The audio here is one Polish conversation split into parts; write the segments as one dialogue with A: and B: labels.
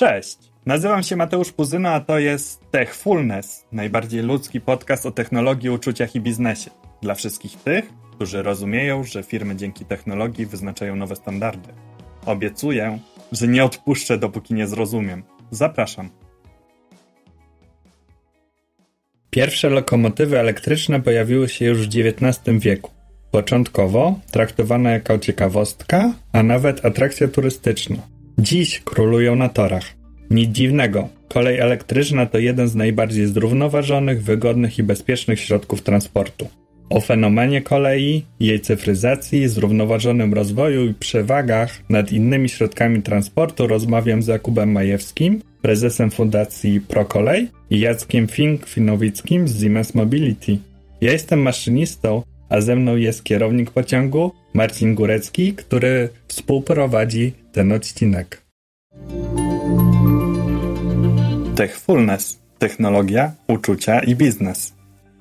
A: Cześć, nazywam się Mateusz Puzyna, a to jest Techfulness, najbardziej ludzki podcast o technologii, uczuciach i biznesie. Dla wszystkich tych, którzy rozumieją, że firmy dzięki technologii wyznaczają nowe standardy. Obiecuję, że nie odpuszczę, dopóki nie zrozumiem. Zapraszam. Pierwsze lokomotywy elektryczne pojawiły się już w XIX wieku. Początkowo traktowana jako ciekawostka, a nawet atrakcja turystyczna. Dziś królują na torach. Nic dziwnego, kolej elektryczna to jeden z najbardziej zrównoważonych, wygodnych i bezpiecznych środków transportu. O fenomenie kolei, jej cyfryzacji, zrównoważonym rozwoju i przewagach nad innymi środkami transportu rozmawiam z Jakubem Majewskim, prezesem fundacji ProColej, i Jackiem Fink-Finowickim z Siemens Mobility. Ja jestem maszynistą, a ze mną jest kierownik pociągu Marcin Górecki, który współprowadzi ten odcinek. Techfulness. Technologia, uczucia i biznes.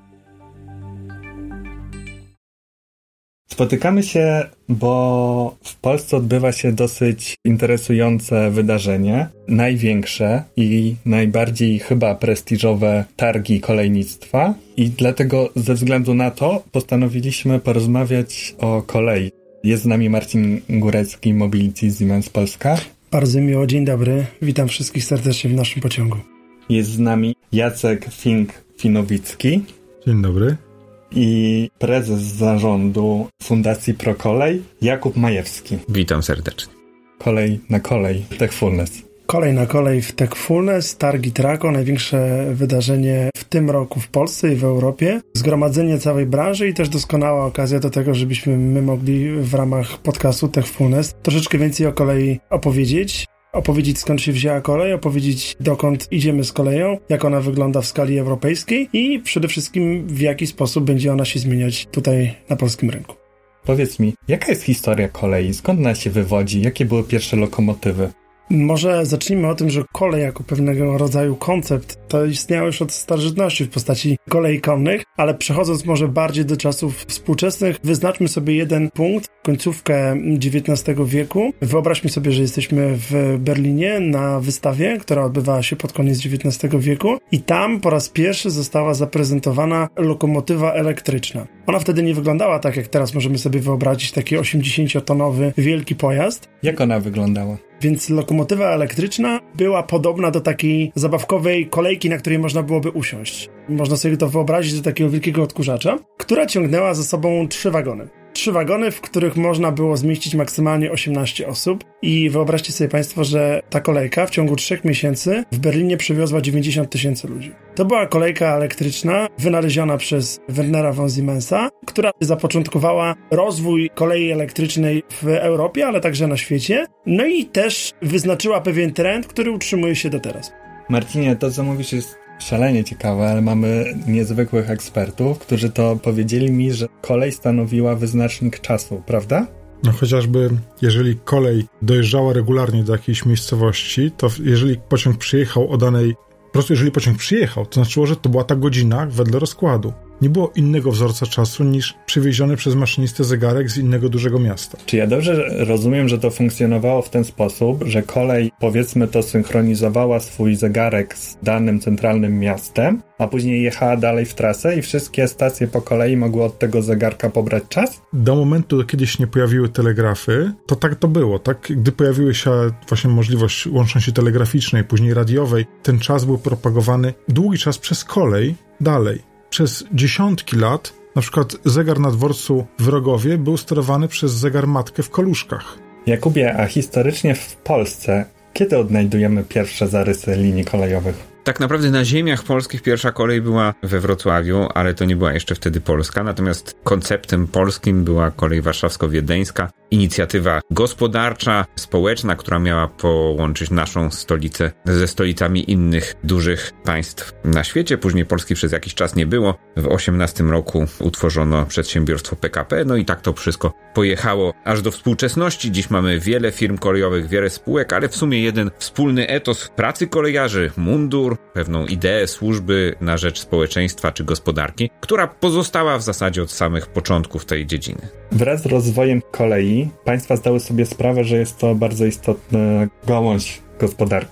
A: Spotykamy się, bo w Polsce odbywa się dosyć interesujące wydarzenie. Największe i najbardziej chyba prestiżowe targi kolejnictwa. I dlatego ze względu na to postanowiliśmy porozmawiać o kolei. Jest z nami Marcin Górecki, Mobility Siemens Polska.
B: Bardzo miło, dzień dobry. Witam wszystkich serdecznie w naszym pociągu.
A: Jest z nami Jacek Fink-Finowicki.
C: Dzień dobry.
A: I prezes zarządu Fundacji ProColej Jakub Majewski.
D: Witam serdecznie.
A: Kolej na kolej, Techfulness.
B: Kolej na kolej w Techfulness, targi Traco, największe wydarzenie w tym roku w Polsce i w Europie. Zgromadzenie całej branży i też doskonała okazja do tego, żebyśmy my mogli w ramach podcastu Techfulness troszeczkę więcej o kolei opowiedzieć. Opowiedzieć, skąd się wzięła kolej, opowiedzieć, dokąd idziemy z koleją, jak ona wygląda w skali europejskiej i przede wszystkim w jaki sposób będzie ona się zmieniać tutaj na polskim rynku.
A: Powiedz mi, jaka jest historia kolei? Skąd ona się wywodzi? Jakie były pierwsze lokomotywy?
B: Może zacznijmy o tym, że kolej jako pewnego rodzaju koncept to istniało już od starożytności w postaci kolei konnych, ale przechodząc może bardziej do czasów współczesnych, wyznaczmy sobie jeden punkt, końcówkę XIX wieku. Wyobraźmy sobie, że jesteśmy w Berlinie na wystawie, która odbywała się pod koniec XIX wieku i tam po raz pierwszy została zaprezentowana lokomotywa elektryczna. Ona wtedy nie wyglądała tak, jak teraz możemy sobie wyobrazić, taki 80-tonowy wielki pojazd.
A: Jak ona wyglądała?
B: Więc lokomotywa elektryczna była podobna do takiej zabawkowej kolejki, na której można byłoby usiąść. Można sobie to wyobrazić do takiego wielkiego odkurzacza, która ciągnęła za sobą 3 wagony. 3 wagony, w których można było zmieścić maksymalnie 18 osób i wyobraźcie sobie Państwo, że ta kolejka w ciągu 3 miesięcy w Berlinie przywiozła 90 000 ludzi. To była kolejka elektryczna wynaleziona przez Wernera von Siemensa, która zapoczątkowała rozwój kolei elektrycznej w Europie, ale także na świecie. No i też wyznaczyła pewien trend, który utrzymuje się do teraz.
A: Marcinie, to co mówisz jest szalenie ciekawe, ale mamy niezwykłych ekspertów, którzy to powiedzieli mi, że kolej stanowiła wyznacznik czasu, prawda?
C: No chociażby jeżeli kolej dojeżdżała regularnie do jakiejś miejscowości, to jeżeli pociąg przyjechał o danej... Po prostu jeżeli pociąg przyjechał, to znaczyło, że to była ta godzina wedle rozkładu. Nie było innego wzorca czasu niż przywieziony przez maszynistę zegarek z innego dużego miasta.
A: Czy ja dobrze rozumiem, że to funkcjonowało w ten sposób, że kolej, powiedzmy to, synchronizowała swój zegarek z danym centralnym miastem, a później jechała dalej w trasę i wszystkie stacje po kolei mogły od tego zegarka pobrać czas?
C: Do momentu, kiedy się nie pojawiły telegrafy, to tak to było. Tak, gdy pojawiły się właśnie możliwość łączności telegraficznej, później radiowej, ten czas był propagowany długi czas przez kolej dalej. Przez dziesiątki lat, na przykład zegar na dworcu w Rogowie był sterowany przez zegar matkę w Koluszkach.
A: Jakubie, a historycznie w Polsce kiedy odnajdujemy pierwsze zarysy linii kolejowych?
D: Tak naprawdę na ziemiach polskich pierwsza kolej była we Wrocławiu, ale to nie była jeszcze wtedy Polska, natomiast konceptem polskim była kolej warszawsko-wiedeńska, inicjatywa gospodarcza, społeczna, która miała połączyć naszą stolicę ze stolicami innych dużych państw na świecie. Później Polski przez jakiś czas nie było. W 18 roku utworzono przedsiębiorstwo PKP, no i tak to wszystko pojechało aż do współczesności. Dziś mamy wiele firm kolejowych, wiele spółek, ale w sumie jeden wspólny etos pracy kolejarzy, mundur, pewną ideę służby na rzecz społeczeństwa czy gospodarki, która pozostała w zasadzie od samych początków tej dziedziny.
A: Wraz z rozwojem kolei państwa zdały sobie sprawę, że jest to bardzo istotna gałąź gospodarki.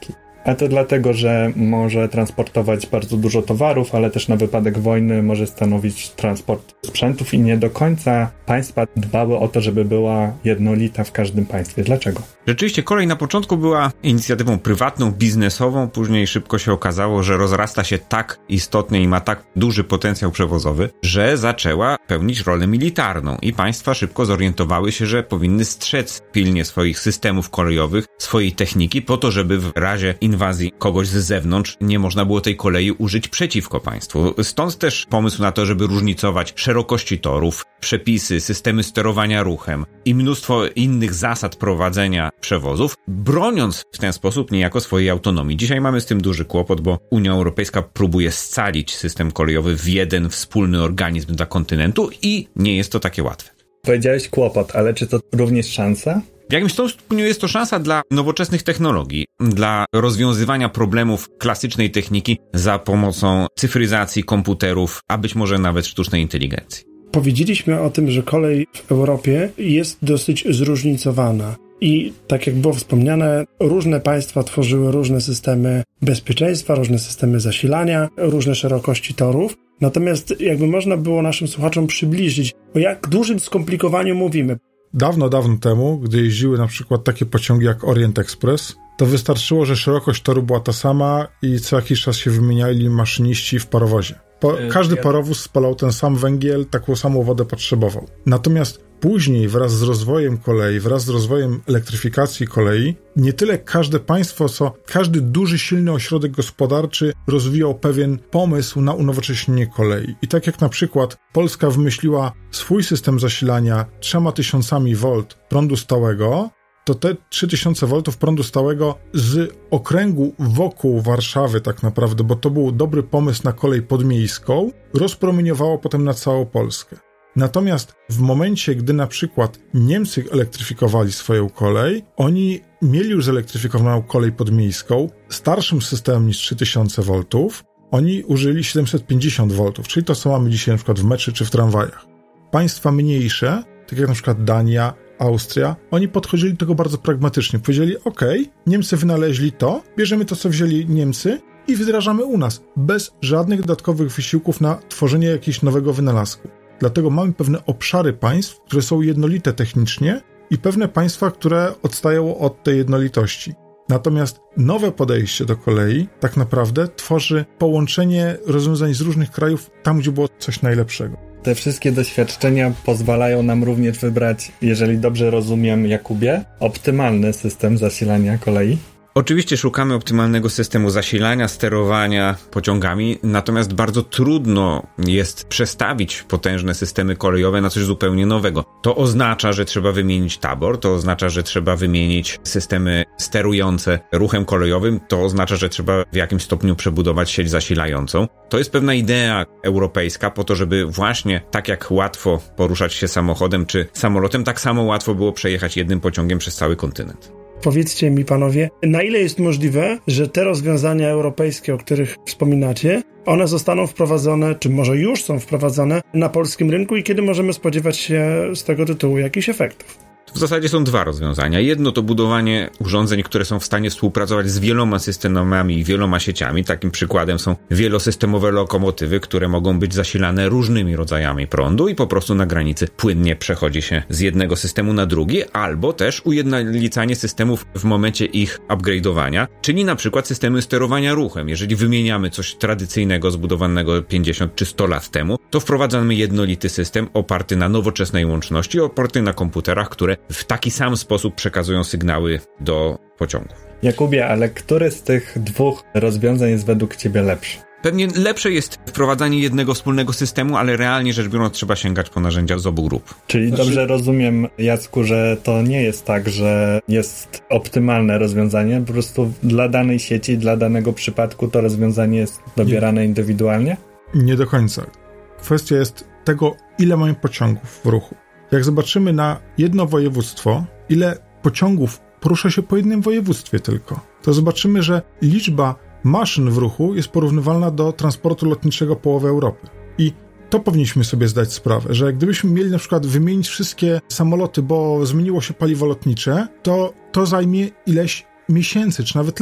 A: A to dlatego, że może transportować bardzo dużo towarów, ale też na wypadek wojny może stanowić transport sprzętów i nie do końca państwa dbały o to, żeby była jednolita w każdym państwie. Dlaczego?
D: Rzeczywiście kolej na początku była inicjatywą prywatną, biznesową, później szybko się okazało, że rozrasta się tak istotnie i ma tak duży potencjał przewozowy, że zaczęła pełnić rolę militarną i państwa szybko zorientowały się, że powinny strzec pilnie swoich systemów kolejowych, swojej techniki po to, żeby w razie inwazji kogoś z zewnątrz nie można było tej kolei użyć przeciwko państwu. Stąd też pomysł na to, żeby różnicować szerokości torów, przepisy, systemy sterowania ruchem i mnóstwo innych zasad prowadzenia przewozów, broniąc w ten sposób niejako swojej autonomii. Dzisiaj mamy z tym duży kłopot, bo Unia Europejska próbuje scalić system kolejowy w jeden wspólny organizm dla kontynentu i nie jest to takie łatwe.
A: Powiedziałeś kłopot, ale czy to również szansa?
D: W jakimś stopniu jest to szansa dla nowoczesnych technologii, dla rozwiązywania problemów klasycznej techniki za pomocą cyfryzacji, komputerów, a być może nawet sztucznej inteligencji.
B: Powiedzieliśmy o tym, że kolej w Europie jest dosyć zróżnicowana. I tak jak było wspomniane, różne państwa tworzyły różne systemy bezpieczeństwa, różne systemy zasilania, różne szerokości torów. Natomiast jakby można było naszym słuchaczom przybliżyć, o jak dużym skomplikowaniu mówimy.
C: Dawno temu, gdy jeździły na przykład takie pociągi jak Orient Express, to wystarczyło, że szerokość toru była ta sama i co jakiś czas się wymieniali maszyniści w parowozie. Każdy parowóz spalał ten sam węgiel, taką samą wodę potrzebował. Natomiast później wraz z rozwojem kolei, wraz z rozwojem elektryfikacji kolei, nie tyle każde państwo, co każdy duży, silny ośrodek gospodarczy rozwijał pewien pomysł na unowocześnienie kolei. I tak jak na przykład Polska wymyśliła swój system zasilania 3000 V prądu stałego, to te 3000 V prądu stałego z okręgu wokół Warszawy tak naprawdę, bo to był dobry pomysł na kolej podmiejską, rozpromieniowało potem na całą Polskę. Natomiast w momencie, gdy na przykład Niemcy elektryfikowali swoją kolej, oni mieli już zelektryfikowaną kolej podmiejską starszym systemem niż 3000 V, oni użyli 750 V, czyli to, co mamy dzisiaj na przykład w metrze czy w tramwajach. Państwa mniejsze, tak jak na przykład Dania, Austria, oni podchodzili do tego bardzo pragmatycznie. Powiedzieli, Niemcy wynaleźli to, bierzemy to, co wzięli Niemcy i wdrażamy u nas, bez żadnych dodatkowych wysiłków na tworzenie jakiegoś nowego wynalazku. Dlatego mamy pewne obszary państw, które są jednolite technicznie i pewne państwa, które odstają od tej jednolitości. Natomiast nowe podejście do kolei tak naprawdę tworzy połączenie rozwiązań z różnych krajów tam, gdzie było coś najlepszego.
A: Te wszystkie doświadczenia pozwalają nam również wybrać, jeżeli dobrze rozumiem, Jakubie, optymalny system zasilania kolei.
D: Oczywiście szukamy optymalnego systemu zasilania, sterowania pociągami, natomiast bardzo trudno jest przestawić potężne systemy kolejowe na coś zupełnie nowego. To oznacza, że trzeba wymienić tabor, to oznacza, że trzeba wymienić systemy sterujące ruchem kolejowym, to oznacza, że trzeba w jakimś stopniu przebudować sieć zasilającą. To jest pewna idea europejska po to, żeby właśnie tak jak łatwo poruszać się samochodem czy samolotem, tak samo łatwo było przejechać jednym pociągiem przez cały kontynent.
B: Powiedzcie mi, panowie, na ile jest możliwe, że te rozwiązania europejskie, o których wspominacie, one zostaną wprowadzone, czy może już są wprowadzane na polskim rynku i kiedy możemy spodziewać się z tego tytułu jakichś efektów?
D: W zasadzie są dwa rozwiązania. Jedno to budowanie urządzeń, które są w stanie współpracować z wieloma systemami i wieloma sieciami. Takim przykładem są wielosystemowe lokomotywy, które mogą być zasilane różnymi rodzajami prądu i po prostu na granicy płynnie przechodzi się z jednego systemu na drugi, albo też ujednolicanie systemów w momencie ich upgrade'owania, czyli na przykład systemy sterowania ruchem. Jeżeli wymieniamy coś tradycyjnego zbudowanego 50 czy 100 lat temu, to wprowadzamy jednolity system oparty na nowoczesnej łączności, oparty na komputerach, które w taki sam sposób przekazują sygnały do pociągów.
A: Jakubie, ale który z tych dwóch rozwiązań jest według ciebie lepszy?
D: Pewnie lepsze jest wprowadzanie jednego wspólnego systemu, ale realnie rzecz biorąc trzeba sięgać po narzędzia z obu grup.
A: Czyli dobrze rozumiem, Jacku, że to nie jest tak, że jest optymalne rozwiązanie, po prostu dla danej sieci, dla danego przypadku to rozwiązanie jest dobierane indywidualnie?
C: Nie do końca. Kwestia jest tego, ile mamy pociągów w ruchu. Jak zobaczymy na jedno województwo, ile pociągów porusza się po jednym województwie tylko, to zobaczymy, że liczba maszyn w ruchu jest porównywalna do transportu lotniczego połowy Europy. I to powinniśmy sobie zdać sprawę, że gdybyśmy mieli na przykład wymienić wszystkie samoloty, bo zmieniło się paliwo lotnicze, to zajmie ileś miesięcy, czy nawet lat.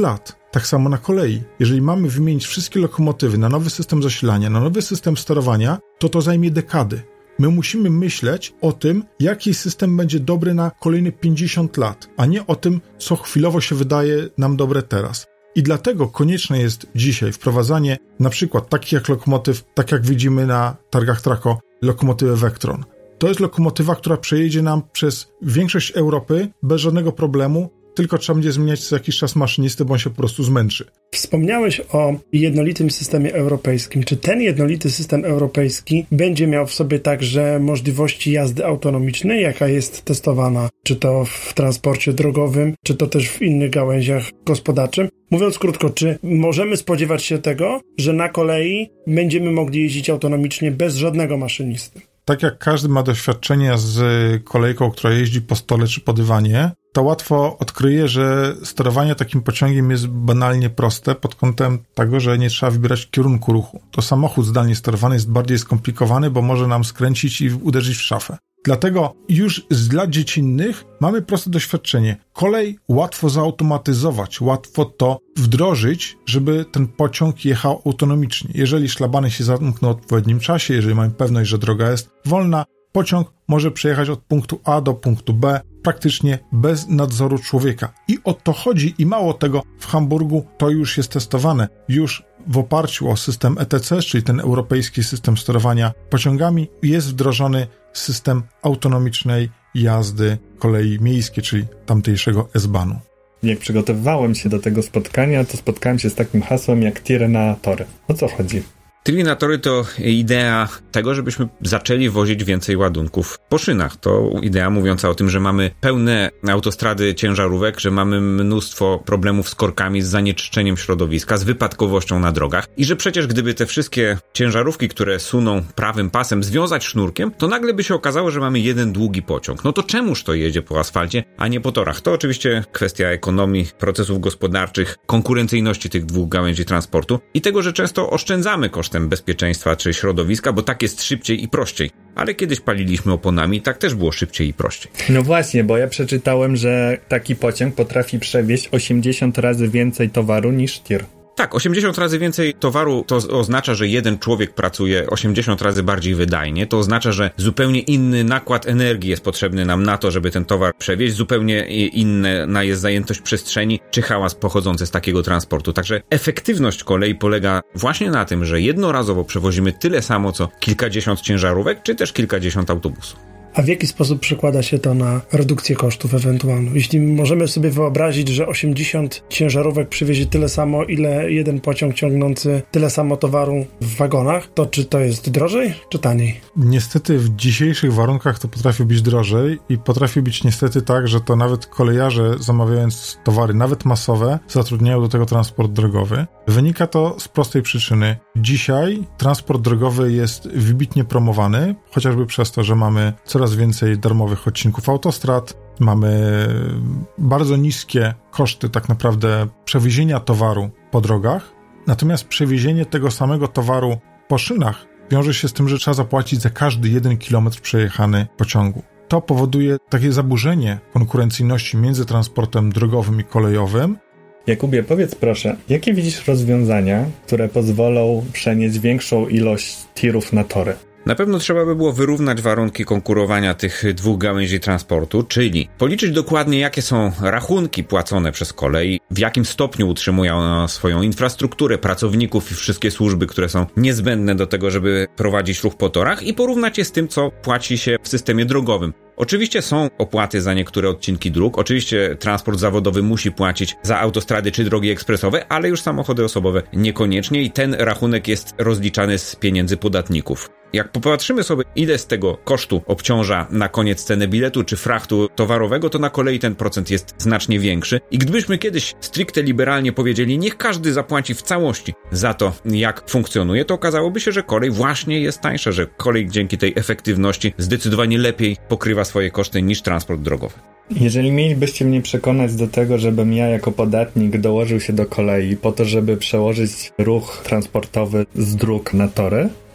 C: Tak samo na kolei. Jeżeli mamy wymienić wszystkie lokomotywy na nowy system zasilania, na nowy system sterowania, to zajmie dekady. My musimy myśleć o tym, jaki system będzie dobry na kolejne 50 lat, a nie o tym, co chwilowo się wydaje nam dobre teraz. I dlatego konieczne jest dzisiaj wprowadzanie na przykład takich jak lokomotyw, tak jak widzimy na targach Traco, lokomotywę Vectron. To jest lokomotywa, która przejedzie nam przez większość Europy bez żadnego problemu, tylko trzeba będzie zmieniać co jakiś czas maszynistę, bo on się po prostu zmęczy.
B: Wspomniałeś o jednolitym systemie europejskim. Czy ten jednolity system europejski będzie miał w sobie także możliwości jazdy autonomicznej, jaka jest testowana, czy to w transporcie drogowym, czy to też w innych gałęziach gospodarczym? Mówiąc krótko, czy możemy spodziewać się tego, że na kolei będziemy mogli jeździć autonomicznie bez żadnego maszynisty?
C: Tak jak każdy ma doświadczenia z kolejką, która jeździ po stole czy po dywanie, to łatwo odkryje, że sterowanie takim pociągiem jest banalnie proste pod kątem tego, że nie trzeba wybierać kierunku ruchu. To samochód zdalnie sterowany jest bardziej skomplikowany, bo może nam skręcić i uderzyć w szafę. Dlatego już z lat dziecinnych mamy proste doświadczenie. Kolej łatwo zautomatyzować, łatwo to wdrożyć, żeby ten pociąg jechał autonomicznie. Jeżeli szlabany się zamkną w odpowiednim czasie, jeżeli mamy pewność, że droga jest wolna, pociąg może przejechać od punktu A do punktu B praktycznie bez nadzoru człowieka. I o to chodzi i mało tego, w Hamburgu to już jest testowane. Już w oparciu o system ETC, czyli ten europejski system sterowania pociągami, jest wdrożony system autonomicznej jazdy kolei miejskiej, czyli tamtejszego S-Bahnu.
A: Jak przygotowywałem się do tego spotkania, to spotkałem się z takim hasłem jak tiry na tory. O co chodzi?
D: Tiry na tory to idea tego, żebyśmy zaczęli wozić więcej ładunków po szynach. To idea mówiąca o tym, że mamy pełne autostrady ciężarówek, że mamy mnóstwo problemów z korkami, z zanieczyszczeniem środowiska, z wypadkowością na drogach i że przecież gdyby te wszystkie ciężarówki, które suną prawym pasem, związać sznurkiem, to nagle by się okazało, że mamy jeden długi pociąg. No to czemuż to jedzie po asfalcie, a nie po torach? To oczywiście kwestia ekonomii, procesów gospodarczych, konkurencyjności tych dwóch gałęzi transportu i tego, że często oszczędzamy kosztem bezpieczeństwa czy środowiska, bo tak jest szybciej i prościej. Ale kiedyś paliliśmy oponami, tak też było szybciej i prościej.
A: No właśnie, bo ja przeczytałem, że taki pociąg potrafi przewieźć 80 razy więcej towaru niż tir.
D: Tak, 80 razy więcej towaru to oznacza, że jeden człowiek pracuje 80 razy bardziej wydajnie. To oznacza, że zupełnie inny nakład energii jest potrzebny nam na to, żeby ten towar przewieźć. Zupełnie inna jest zajętość przestrzeni czy hałas pochodzący z takiego transportu. Także efektywność kolei polega właśnie na tym, że jednorazowo przewozimy tyle samo, co kilkadziesiąt ciężarówek, czy też kilkadziesiąt autobusów.
B: A w jaki sposób przekłada się to na redukcję kosztów ewentualną? Jeśli możemy sobie wyobrazić, że 80 ciężarówek przywiezie tyle samo, ile jeden pociąg ciągnący tyle samo towaru w wagonach, to czy to jest drożej, czy taniej?
C: Niestety w dzisiejszych warunkach to potrafi być drożej i potrafi być niestety tak, że to nawet kolejarze zamawiając towary, nawet masowe, zatrudniają do tego transport drogowy. Wynika to z prostej przyczyny. Dzisiaj transport drogowy jest wybitnie promowany, chociażby przez to, że mamy coraz więcej darmowych odcinków autostrad, mamy bardzo niskie koszty tak naprawdę przewiezienia towaru po drogach, natomiast przewiezienie tego samego towaru po szynach wiąże się z tym, że trzeba zapłacić za każdy 1 kilometr przejechany pociągu. To powoduje takie zaburzenie konkurencyjności między transportem drogowym i kolejowym.
A: Jakubie, powiedz proszę, jakie widzisz rozwiązania, które pozwolą przenieść większą ilość tirów na tory?
D: Na pewno trzeba by było wyrównać warunki konkurowania tych dwóch gałęzi transportu, czyli policzyć dokładnie, jakie są rachunki płacone przez kolej, w jakim stopniu utrzymuje ona swoją infrastrukturę, pracowników i wszystkie służby, które są niezbędne do tego, żeby prowadzić ruch po torach i porównać je z tym, co płaci się w systemie drogowym. Oczywiście są opłaty za niektóre odcinki dróg, oczywiście transport zawodowy musi płacić za autostrady czy drogi ekspresowe, ale już samochody osobowe niekoniecznie i ten rachunek jest rozliczany z pieniędzy podatników. Jak popatrzymy sobie, ile z tego kosztu obciąża na koniec cenę biletu czy frachtu towarowego, to na kolei ten procent jest znacznie większy. I gdybyśmy kiedyś stricte liberalnie powiedzieli, niech każdy zapłaci w całości za to, jak funkcjonuje, to okazałoby się, że kolej właśnie jest tańsza, że kolej dzięki tej efektywności zdecydowanie lepiej pokrywa swoje koszty niż transport drogowy.
A: Jeżeli mielibyście mnie przekonać do tego, żebym ja jako podatnik dołożył się do kolei po to, żeby przełożyć ruch transportowy z dróg na tory,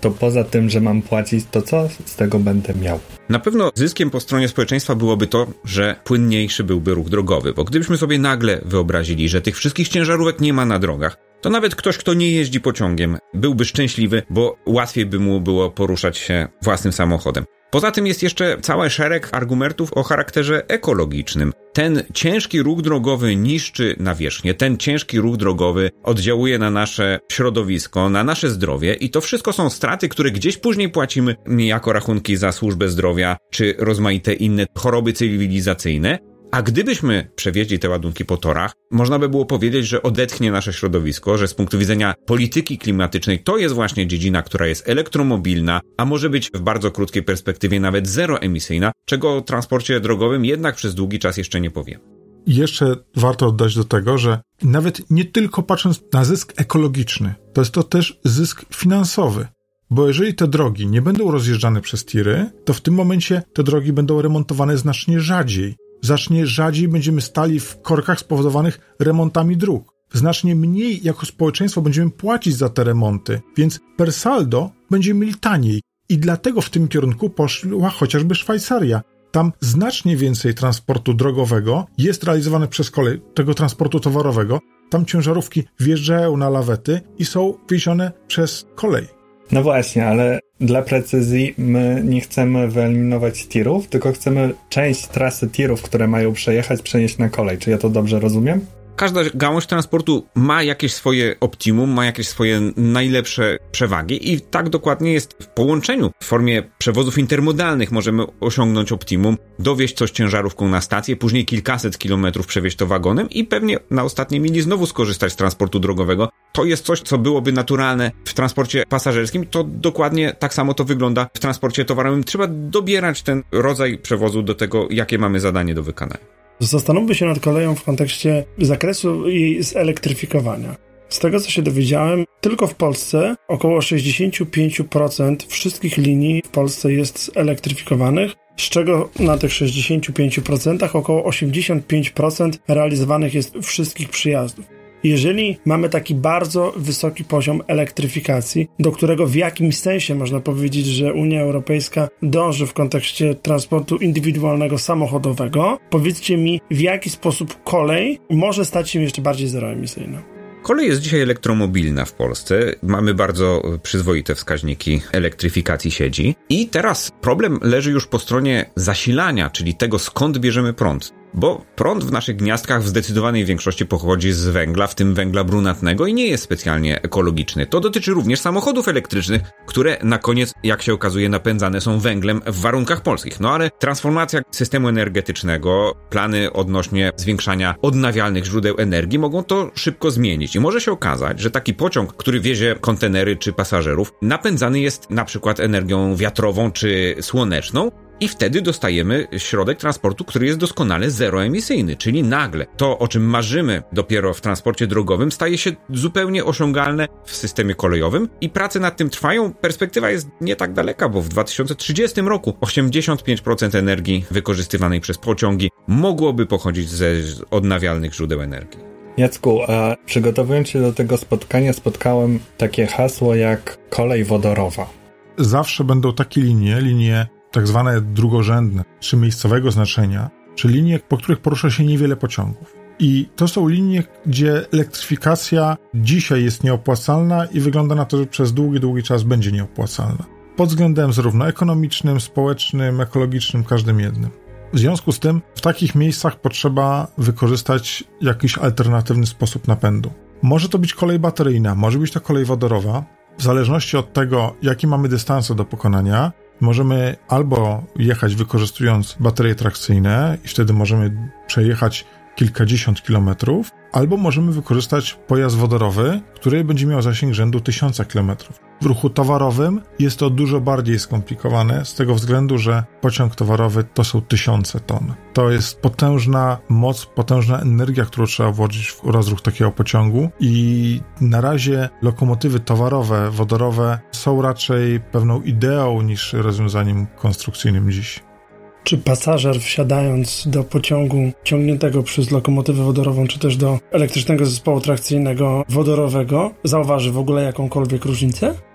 A: to poza tym, że mam płacić, to co z tego będę miał?
D: Na pewno zyskiem po stronie społeczeństwa byłoby to, że płynniejszy byłby ruch drogowy, bo gdybyśmy sobie nagle wyobrazili, że tych wszystkich ciężarówek nie ma na drogach, to nawet ktoś, kto nie jeździ pociągiem, byłby szczęśliwy, bo łatwiej by mu było poruszać się własnym samochodem. Poza tym jest jeszcze cały szereg argumentów o charakterze ekologicznym. Ten ciężki ruch drogowy niszczy nawierzchnię, ten ciężki ruch drogowy oddziałuje na nasze środowisko, na nasze zdrowie i to wszystko są straty, które gdzieś później płacimy jako rachunki za służbę zdrowia czy rozmaite inne choroby cywilizacyjne. A gdybyśmy przewieźli te ładunki po torach, można by było powiedzieć, że odetchnie nasze środowisko, że z punktu widzenia polityki klimatycznej to jest właśnie dziedzina, która jest elektromobilna, a może być w bardzo krótkiej perspektywie nawet zeroemisyjna, czego o transporcie drogowym jednak przez długi czas jeszcze nie powiem.
C: I jeszcze warto oddać do tego, że nawet nie tylko patrząc na zysk ekologiczny, to jest to też zysk finansowy. Bo jeżeli te drogi nie będą rozjeżdżane przez tiry, to w tym momencie te drogi będą remontowane znacznie rzadziej. Znacznie rzadziej będziemy stali w korkach spowodowanych remontami dróg. Znacznie mniej jako społeczeństwo będziemy płacić za te remonty, więc per saldo będziemy mieli taniej. I dlatego w tym kierunku poszła chociażby Szwajcaria. Tam znacznie więcej transportu drogowego jest realizowane przez kolej, tego transportu towarowego. Tam ciężarówki wjeżdżają na lawety i są wiezione przez kolej.
A: No właśnie, ale dla precyzji my nie chcemy wyeliminować tirów, tylko chcemy część trasy tirów, które mają przejechać, przenieść na kolej. Czy ja to dobrze rozumiem?
D: Każda gałąź transportu ma jakieś swoje optimum, ma jakieś swoje najlepsze przewagi i tak dokładnie jest w połączeniu. W formie przewozów intermodalnych możemy osiągnąć optimum, dowieźć coś ciężarówką na stację, później kilkaset kilometrów przewieźć to wagonem i pewnie na ostatniej mili znowu skorzystać z transportu drogowego. To jest coś, co byłoby naturalne w transporcie pasażerskim. To dokładnie tak samo to wygląda w transporcie towarowym. Trzeba dobierać ten rodzaj przewozu do tego, jakie mamy zadanie do wykonania.
B: Zastanówmy się nad koleją w kontekście zakresu jej zelektryfikowania. Z tego, co się dowiedziałem, tylko w Polsce około 65% wszystkich linii w Polsce jest zelektryfikowanych, z czego na tych 65% około 85% realizowanych jest wszystkich przyjazdów. Jeżeli mamy taki bardzo wysoki poziom elektryfikacji, do którego w jakimś sensie można powiedzieć, że Unia Europejska dąży w kontekście transportu indywidualnego samochodowego, powiedzcie mi, w jaki sposób kolej może stać się jeszcze bardziej zeroemisyjna.
D: Kolej jest dzisiaj elektromobilna w Polsce. Mamy bardzo przyzwoite wskaźniki elektryfikacji sieci. I teraz problem leży już po stronie zasilania, czyli tego, skąd bierzemy prąd. Bo prąd w naszych gniazdkach w zdecydowanej większości pochodzi z węgla, w tym węgla brunatnego i nie jest specjalnie ekologiczny. To dotyczy również samochodów elektrycznych, które na koniec, jak się okazuje, napędzane są węglem w warunkach polskich. No ale transformacja systemu energetycznego, plany odnośnie zwiększania odnawialnych źródeł energii mogą to szybko zmienić. I może się okazać, że taki pociąg, który wiezie kontenery czy pasażerów, napędzany jest na przykład energią wiatrową czy słoneczną, i wtedy dostajemy środek transportu, który jest doskonale zeroemisyjny, czyli nagle to, o czym marzymy dopiero w transporcie drogowym, staje się zupełnie osiągalne w systemie kolejowym i prace nad tym trwają. Perspektywa jest nie tak daleka, bo w 2030 roku 85% energii wykorzystywanej przez pociągi mogłoby pochodzić ze odnawialnych źródeł energii.
A: Jacku, a przygotowując się do tego spotkania, spotkałem takie hasło jak kolej wodorowa.
C: Zawsze będą takie linie tak zwane drugorzędne, czy miejscowego znaczenia, czy linie, po których porusza się niewiele pociągów. I to są linie, gdzie elektryfikacja dzisiaj jest nieopłacalna i wygląda na to, że przez długi czas będzie nieopłacalna. Pod względem zarówno ekonomicznym, społecznym, ekologicznym, każdym jednym. W związku z tym w takich miejscach potrzeba wykorzystać jakiś alternatywny sposób napędu. Może to być kolej bateryjna, może być to kolej wodorowa. W zależności od tego, jakie mamy dystanse do pokonania, możemy albo jechać wykorzystując baterie trakcyjne i wtedy możemy przejechać kilkadziesiąt kilometrów, albo możemy wykorzystać pojazd wodorowy, który będzie miał zasięg rzędu 1000 kilometrów. W ruchu towarowym jest to dużo bardziej skomplikowane z tego względu, że pociąg towarowy to są 1000 ton. To jest potężna moc, potężna energia, którą trzeba włożyć w rozruch takiego pociągu i na razie lokomotywy towarowe, wodorowe są raczej pewną ideą niż rozwiązaniem konstrukcyjnym dziś.
B: Czy pasażer wsiadając do pociągu ciągniętego przez lokomotywę wodorową, czy też do elektrycznego zespołu trakcyjnego wodorowego, zauważy w ogóle jakąkolwiek różnicę?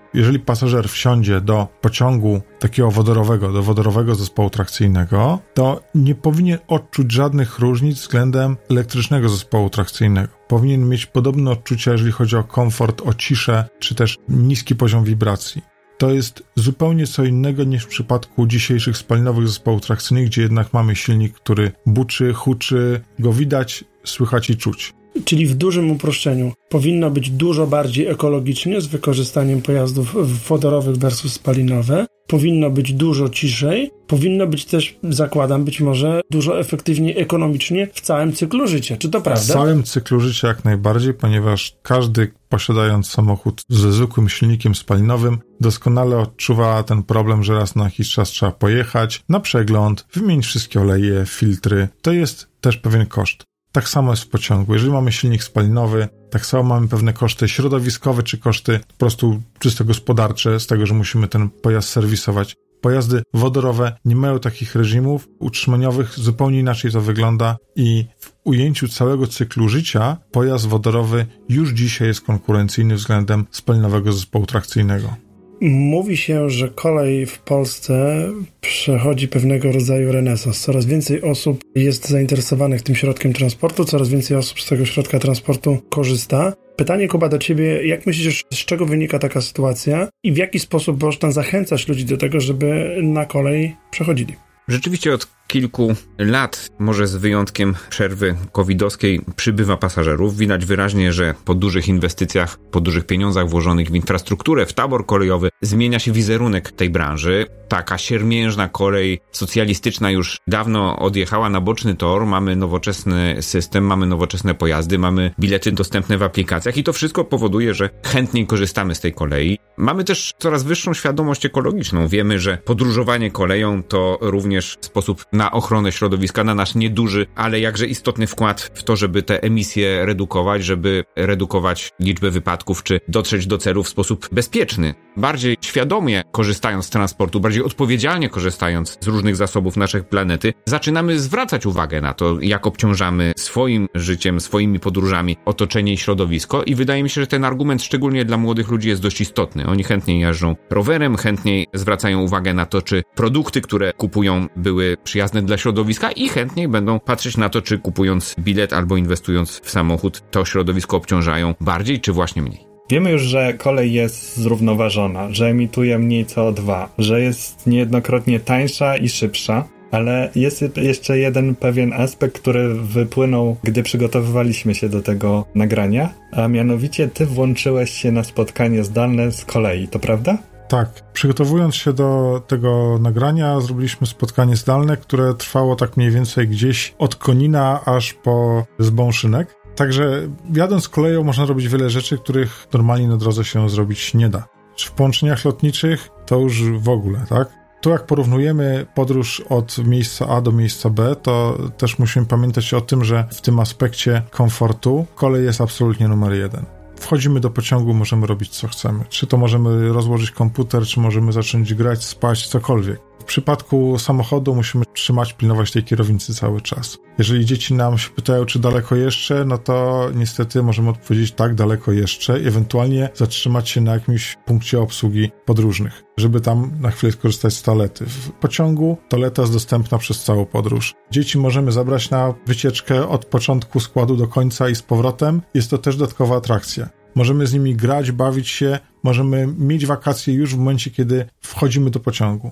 C: jeżeli pasażer wsiądzie do pociągu takiego wodorowego, do wodorowego zespołu trakcyjnego, to nie powinien odczuć żadnych różnic względem elektrycznego zespołu trakcyjnego. Powinien mieć podobne odczucia, jeżeli chodzi o komfort, o ciszę, czy też niski poziom wibracji. To jest zupełnie co innego niż w przypadku dzisiejszych spalinowych zespołów trakcyjnych, gdzie jednak mamy silnik, który buczy, huczy, go widać, słychać i czuć.
B: Czyli w dużym uproszczeniu powinno być dużo bardziej ekologicznie z wykorzystaniem pojazdów wodorowych versus spalinowe, powinno być dużo ciszej, powinno być też, zakładam, być może dużo efektywniej ekonomicznie w całym cyklu życia. Czy to prawda?
C: W całym cyklu życia jak najbardziej, ponieważ każdy posiadając samochód ze zwykłym silnikiem spalinowym doskonale odczuwa ten problem, że raz na jakiś czas trzeba pojechać na przegląd, wymienić wszystkie oleje, filtry. To jest też pewien koszt. Tak samo jest w pociągu. Jeżeli mamy silnik spalinowy, tak samo mamy pewne koszty środowiskowe, czy koszty po prostu czysto gospodarcze z tego, że musimy ten pojazd serwisować. Pojazdy wodorowe nie mają takich reżimów utrzymaniowych, zupełnie inaczej to wygląda i w ujęciu całego cyklu życia pojazd wodorowy już dzisiaj jest konkurencyjny względem spalinowego zespołu trakcyjnego.
B: Mówi się, że kolej w Polsce przechodzi pewnego rodzaju renesans. Coraz więcej osób jest zainteresowanych tym środkiem transportu, coraz więcej osób z tego środka transportu korzysta. Pytanie, Kuba, do ciebie, jak myślisz, z czego wynika taka sytuacja i w jaki sposób można zachęcać ludzi do tego, żeby na kolej przechodzili?
D: Rzeczywiście od kilku lat, może z wyjątkiem przerwy covidowskiej, przybywa pasażerów. Widać wyraźnie, że po dużych inwestycjach, po dużych pieniądzach włożonych w infrastrukturę, w tabor kolejowy, zmienia się wizerunek tej branży. Taka siermiężna kolej socjalistyczna już dawno odjechała na boczny tor. Mamy nowoczesny system, mamy nowoczesne pojazdy, mamy bilety dostępne w aplikacjach i to wszystko powoduje, że chętniej korzystamy z tej kolei. Mamy też coraz wyższą świadomość ekologiczną. Wiemy, że podróżowanie koleją to również sposób na ochronę środowiska, na nasz nieduży, ale jakże istotny wkład w to, żeby te emisje redukować, żeby redukować liczbę wypadków, czy dotrzeć do celu w sposób bezpieczny. Bardziej świadomie korzystając z transportu, bardziej odpowiedzialnie korzystając z różnych zasobów naszej planety, zaczynamy zwracać uwagę na to, jak obciążamy swoim życiem, swoimi podróżami otoczenie i środowisko i wydaje mi się, że ten argument szczególnie dla młodych ludzi jest dość istotny. Oni chętniej jeżdżą rowerem, chętniej zwracają uwagę na to, czy produkty, które kupują, były przyjazne dla środowiska i chętniej będą patrzeć na to, czy kupując bilet albo inwestując w samochód, to środowisko obciążają bardziej, czy właśnie mniej.
A: Wiemy już, że kolej jest zrównoważona, że emituje mniej CO2, że jest niejednokrotnie tańsza i szybsza, ale jest jeszcze jeden pewien aspekt, który wypłynął, gdy przygotowywaliśmy się do tego nagrania, a mianowicie ty włączyłeś się na spotkanie zdalne z kolei, to prawda?
C: Tak. Przygotowując się do tego nagrania, zrobiliśmy spotkanie zdalne, które trwało tak mniej więcej gdzieś od Konina aż po Zbąszynek. Także jadąc koleją można robić wiele rzeczy, których normalnie na drodze się zrobić nie da. W połączeniach lotniczych to już w ogóle, tak? Tu jak porównujemy podróż od miejsca A do miejsca B, to też musimy pamiętać o tym, że w tym aspekcie komfortu kolej jest absolutnie numer jeden. Wchodzimy do pociągu, możemy robić co chcemy. Czy to możemy rozłożyć komputer, czy możemy zacząć grać, spać, cokolwiek. W przypadku samochodu musimy pilnować tej kierownicy cały czas. Jeżeli dzieci nam się pytają, czy daleko jeszcze, no to niestety możemy odpowiedzieć tak, daleko jeszcze, ewentualnie zatrzymać się na jakimś punkcie obsługi podróżnych, żeby tam na chwilę skorzystać z toalety. W pociągu toaleta jest dostępna przez całą podróż. Dzieci możemy zabrać na wycieczkę od początku składu do końca i z powrotem. Jest to też dodatkowa atrakcja. Możemy z nimi grać, bawić się, możemy mieć wakacje już w momencie, kiedy wchodzimy do pociągu.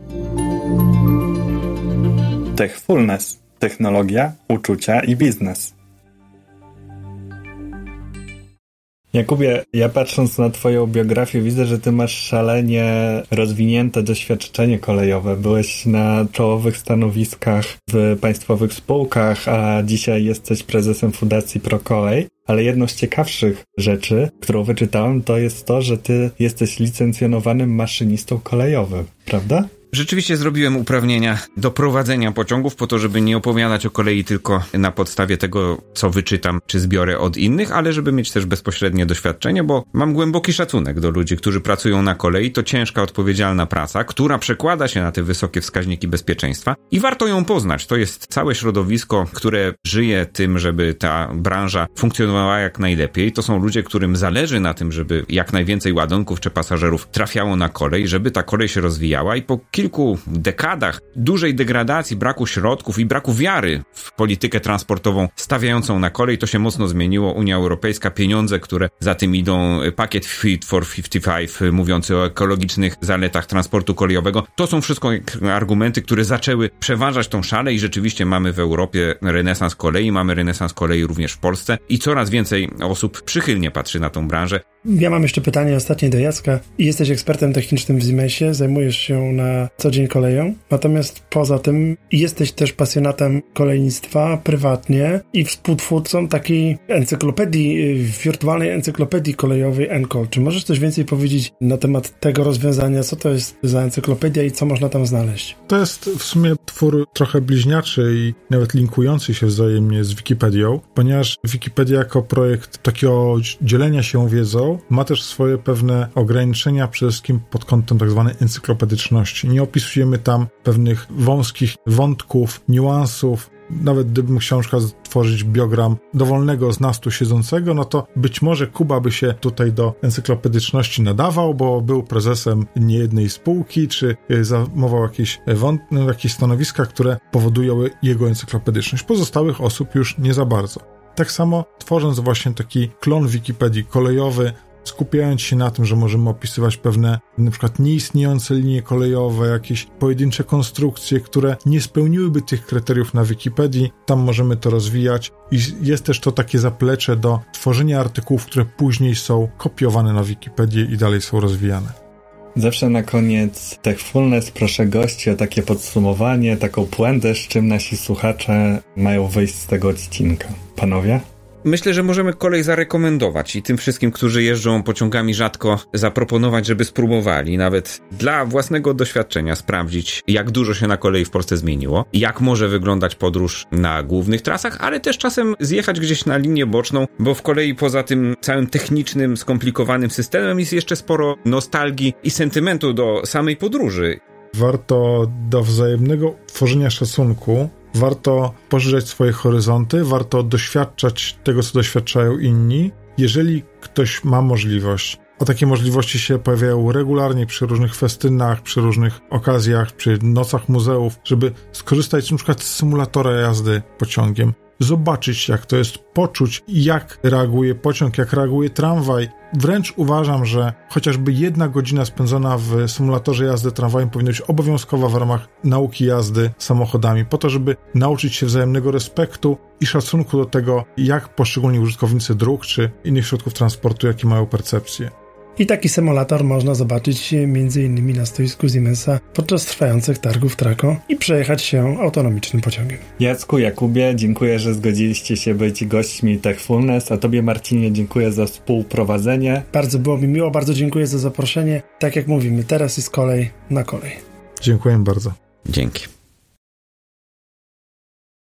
A: Techfulness. Technologia, uczucia i biznes. Jakubie, ja patrząc na twoją biografię widzę, że ty masz szalenie rozwinięte doświadczenie kolejowe. Byłeś na czołowych stanowiskach w państwowych spółkach, a dzisiaj jesteś prezesem Fundacji ProColej. Ale jedną z ciekawszych rzeczy, którą wyczytałem, to jest to, że ty jesteś licencjonowanym maszynistą kolejowym, prawda?
D: Rzeczywiście zrobiłem uprawnienia do prowadzenia pociągów po to, żeby nie opowiadać o kolei tylko na podstawie tego, co wyczytam czy zbiorę od innych, ale żeby mieć też bezpośrednie doświadczenie, bo mam głęboki szacunek do ludzi, którzy pracują na kolei. To ciężka, odpowiedzialna praca, która przekłada się na te wysokie wskaźniki bezpieczeństwa i warto ją poznać. To jest całe środowisko, które żyje tym, żeby ta branża funkcjonowała jak najlepiej. To są ludzie, którym zależy na tym, żeby jak najwięcej ładunków czy pasażerów trafiało na kolej, żeby ta kolej się rozwijała i po kilku dekadach dużej degradacji, braku środków i braku wiary w politykę transportową stawiającą na kolej, to się mocno zmieniło. Unia Europejska, pieniądze, które za tym idą, pakiet Fit for 55 mówiący o ekologicznych zaletach transportu kolejowego, to są wszystko argumenty, które zaczęły przeważać tą szalę i rzeczywiście mamy w Europie renesans kolei, mamy renesans kolei również w Polsce i coraz więcej osób przychylnie patrzy na tą branżę.
B: Ja mam jeszcze pytanie ostatnie do Jacka. Jesteś ekspertem technicznym w Siemensie, zajmujesz się na co dzień koleją, natomiast poza tym jesteś też pasjonatem kolejnictwa prywatnie i współtwórcą takiej encyklopedii, wirtualnej encyklopedii kolejowej Encol. Czy możesz coś więcej powiedzieć na temat tego rozwiązania? Co to jest za encyklopedia i co można tam znaleźć?
C: To jest w sumie twór trochę bliźniaczy i nawet linkujący się wzajemnie z Wikipedią, ponieważ Wikipedia jako projekt takiego dzielenia się wiedzą ma też swoje pewne ograniczenia, przede wszystkim pod kątem tak zwanej encyklopedyczności. Nie opisujemy tam pewnych wąskich wątków, niuansów. Nawet gdybym chciał na przykład stworzyć biogram dowolnego z nas tu siedzącego, no to być może Kuba by się tutaj do encyklopedyczności nadawał, bo był prezesem niejednej spółki, czy zajmował jakieś stanowiska, które powodują jego encyklopedyczność. Pozostałych osób już nie za bardzo. Tak samo tworząc właśnie taki klon Wikipedii kolejowy, skupiając się na tym, że możemy opisywać pewne na przykład nieistniejące linie kolejowe, jakieś pojedyncze konstrukcje, które nie spełniłyby tych kryteriów na Wikipedii, tam możemy to rozwijać i jest też to takie zaplecze do tworzenia artykułów, które później są kopiowane na Wikipedię i dalej są rozwijane.
A: Zawsze na koniec Techfulness proszę gości o takie podsumowanie, taką puentę, z czym nasi słuchacze mają wyjść z tego odcinka. Panowie?
D: Myślę, że możemy kolej zarekomendować i tym wszystkim, którzy jeżdżą pociągami rzadko, zaproponować, żeby spróbowali, nawet dla własnego doświadczenia sprawdzić, jak dużo się na kolei w Polsce zmieniło, jak może wyglądać podróż na głównych trasach, ale też czasem zjechać gdzieś na linię boczną, bo w kolei poza tym całym technicznym, skomplikowanym systemem jest jeszcze sporo nostalgii i sentymentu do samej podróży.
C: Warto do wzajemnego tworzenia szacunku, warto poszerzać swoje horyzonty, warto doświadczać tego, co doświadczają inni. Jeżeli ktoś ma możliwość, a takie możliwości się pojawiają regularnie przy różnych festynach, przy różnych okazjach, przy nocach muzeów, żeby skorzystać na przykład z symulatora jazdy pociągiem, zobaczyć jak to jest, poczuć jak reaguje pociąg, jak reaguje tramwaj. Wręcz uważam, że chociażby 1 godzina spędzona w symulatorze jazdy tramwajem powinna być obowiązkowa w ramach nauki jazdy samochodami, po to, żeby nauczyć się wzajemnego respektu i szacunku do tego, jak poszczególni użytkownicy dróg czy innych środków transportu, jakie mają percepcję.
B: I taki symulator można zobaczyć m.in. na stoisku Siemensa podczas trwających targów Traco i przejechać się autonomicznym pociągiem.
A: Jacku, Jakubie, dziękuję, że zgodziliście się być gośćmi Techfulness, a tobie, Marcinie, dziękuję za współprowadzenie.
B: Bardzo było mi miło, bardzo dziękuję za zaproszenie. Tak jak mówimy, teraz jest kolej na kolej.
C: Dziękuję bardzo.
D: Dzięki.